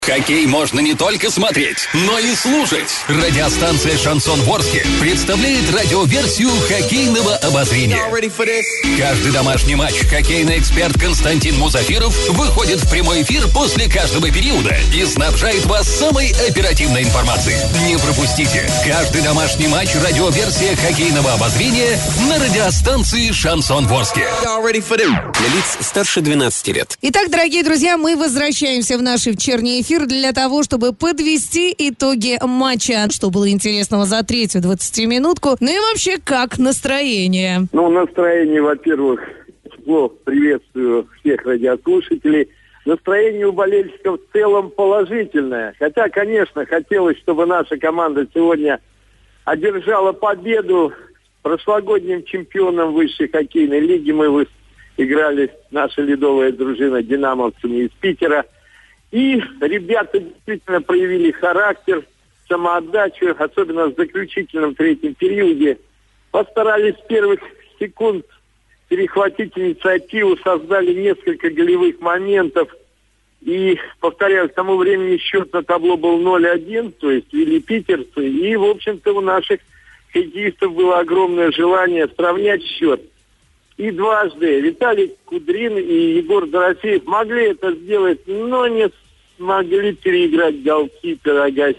Хоккей можно не только смотреть, но и слушать. Радиостанция «Шансон Ворске» представляет радиоверсию хоккейного обозрения. Каждый домашний матч хоккейный эксперт Константин Музафиров выходит в прямой эфир после каждого периода и снабжает вас самой оперативной информацией. Не пропустите каждый домашний матч радиоверсия хоккейного обозрения на радиостанции «Шансон Ворске». Для лиц старше 12 лет. Итак, дорогие друзья, мы возвращаемся в наш вечерний эфир для того, чтобы подвести итоги матча. Что было интересного за третью 20-минутку? Ну и вообще, как настроение? Настроение, во-первых, тепло приветствую всех радиослушателей. Настроение у болельщиков в целом положительное. Хотя, конечно, хотелось, чтобы наша команда сегодня одержала победу. Прошлогодним чемпионом высшей хоккейной лиги мы играли, наша ледовая дружина, динамовцами из Питера. И ребята действительно проявили характер, самоотдачу, особенно в заключительном третьем периоде. Постарались с первых секунд перехватить инициативу, создали несколько голевых моментов. И, повторяю, к тому времени счет на табло был 0-1, то есть вели питерцы. И, в общем-то, у наших хоккеистов было огромное желание сравнять счет. И дважды Виталий Кудрин и Егор Дорофеев могли это сделать, но не смогли переиграть голкипера Агаси.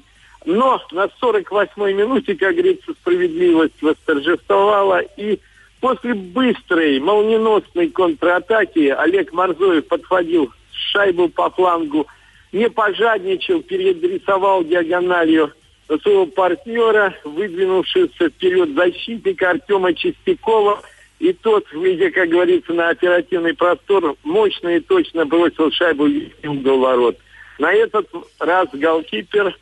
Но на 48-й минуте, как говорится, справедливость восторжествовала. И после быстрой, молниеносной контратаки Олег Марзоев подхватил шайбу по флангу, не пожадничал, переадресовал диагональю своего партнера, выдвинувшегося вперед защитника Артема Чистякова. И тот, выйдя, как говорится, на оперативный простор, мощно и точно бросил шайбу в верхний угол ворот. На этот раз голкипер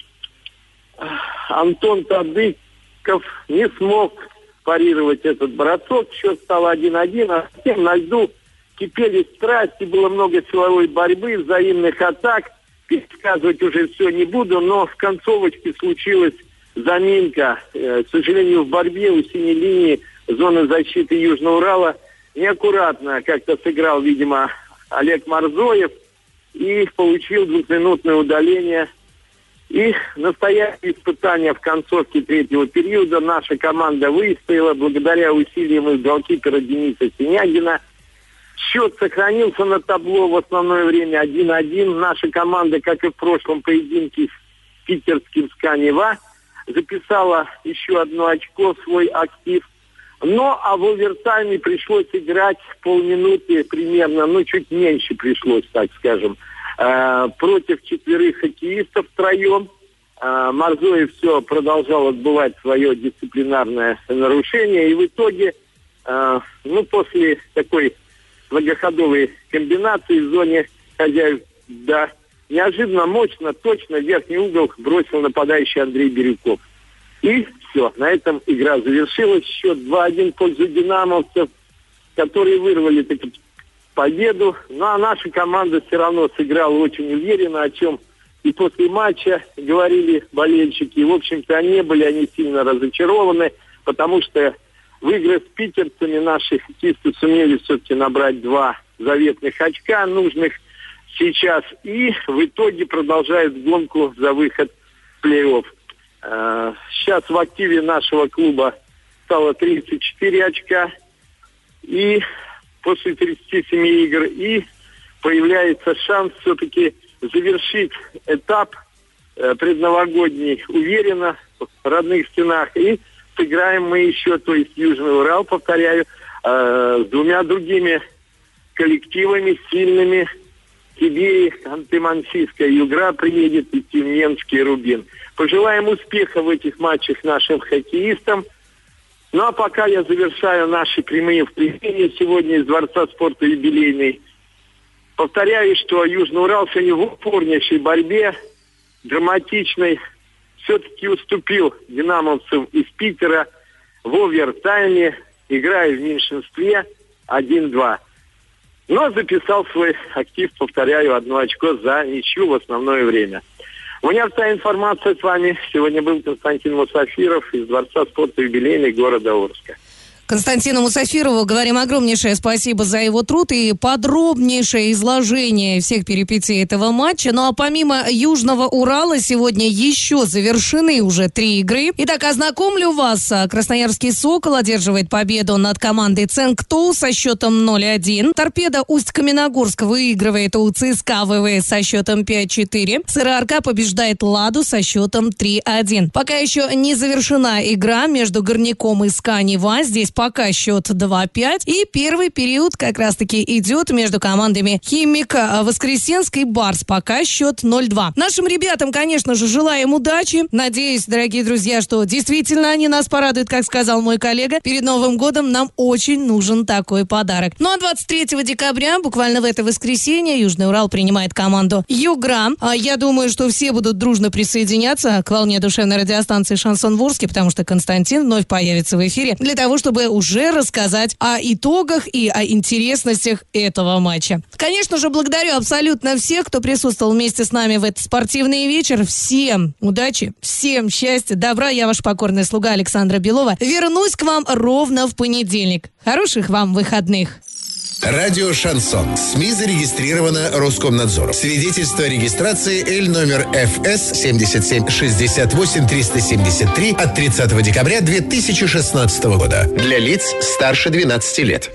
Антон Тадыков не смог парировать этот бросок. Счет стал 1-1, а затем на льду кипели страсти, было много силовой борьбы, взаимных атак. Пересказывать уже все не буду, но в концовочке случилась заминка. К сожалению, в борьбе у синей линии зоны защиты Южного Урала неаккуратно как-то сыграл, видимо, Олег Марзоев и получил двухминутное удаление. И настоящее испытание в концовке третьего периода наша команда выстояла благодаря усилиям из голкипера Дениса Синягина. Счет сохранился на табло в основное время 1-1. Наша команда, как и в прошлом поединке с питерским СКА-Нева, записала еще одно очко в свой актив. А в овертайме пришлось играть полминуты примерно, чуть меньше пришлось, так скажем, против 4 хоккеистов втроем. Марзоев все продолжал отбывать свое дисциплинарное нарушение. И в итоге, после такой многоходовой комбинации в зоне хозяев, неожиданно мощно, точно в верхний угол бросил нападающий Андрей Бирюков. И все, на этом игра завершилась. Счет 2-1 в пользу динамовцев, которые вырвали таки победу. А наша команда все равно сыграла очень уверенно, о чем и после матча говорили болельщики. В общем-то, не были они сильно разочарованы, потому что в игры с питерцами наши хоккеисты сумели все-таки набрать 2 заветных очка, нужных сейчас. И в итоге продолжают гонку за выход в плей-офф. Сейчас в активе нашего клуба стало 34 очка. И после 37 игр. И появляется шанс все-таки завершить этап предновогодний уверенно в родных стенах. И сыграем мы еще, то есть Южный Урал, повторяю, с 2 другими коллективами сильными. Кибеи, Ханты-Мансийская Югра приедет и Тюменский Рубин. Пожелаем успеха в этих матчах нашим хоккеистам. А пока я завершаю наши прямые впечатления сегодня из Дворца спорта юбилейный. Повторяю, что Южный Урал сегодня в упорнейшей борьбе, драматичной, все-таки уступил динамовцам из Питера в овертайме, играя в меньшинстве 1-2. Но записал свой актив, повторяю, 1 очко за ничью в основное время. У меня вся информация с вами. Сегодня был Константин Мусафиров из Дворца спорта юбилейный города Орска. Константину Мусафирову говорим огромнейшее спасибо за его труд и подробнейшее изложение всех перипетий этого матча. Ну а помимо Южного Урала сегодня еще завершены уже 3 игры. Итак, ознакомлю вас. Красноярский «Сокол» одерживает победу над командой «Цинктоу» со счетом 0-1. «Торпедо» Усть-Каменогорск выигрывает у ЦСКА ВВС со счетом 5-4. СРРК побеждает «Ладу» со счетом 3-1. Пока еще не завершена игра между «Горняком» и «СКА Нева». Здесь пока счет 2-5. И первый период как раз-таки идет между командами «Химик» Воскресенск и «Барс». Пока счет 0-2. Нашим ребятам, конечно же, желаем удачи. Надеюсь, дорогие друзья, что действительно они нас порадуют, как сказал мой коллега. Перед Новым годом нам очень нужен такой подарок. Ну а 23 декабря, буквально в это воскресенье, Южный Урал принимает команду «Югра». Я думаю, что все будут дружно присоединяться к волне душевной радиостанции «Шансон Ворске», потому что Константин вновь появится в эфире для того, чтобы уже рассказать о итогах и о интересностях этого матча. Конечно же, благодарю абсолютно всех, кто присутствовал вместе с нами в этот спортивный вечер. Всем удачи, всем счастья, добра. Я ваш покорный слуга Александра Белова. Вернусь к вам ровно в понедельник. Хороших вам выходных. Радио «Шансон». СМИ зарегистрировано Роскомнадзором. Свидетельство о регистрации Л номер ФС 77 68 373 от 30 декабря 2016 года. Для лиц старше 12 лет.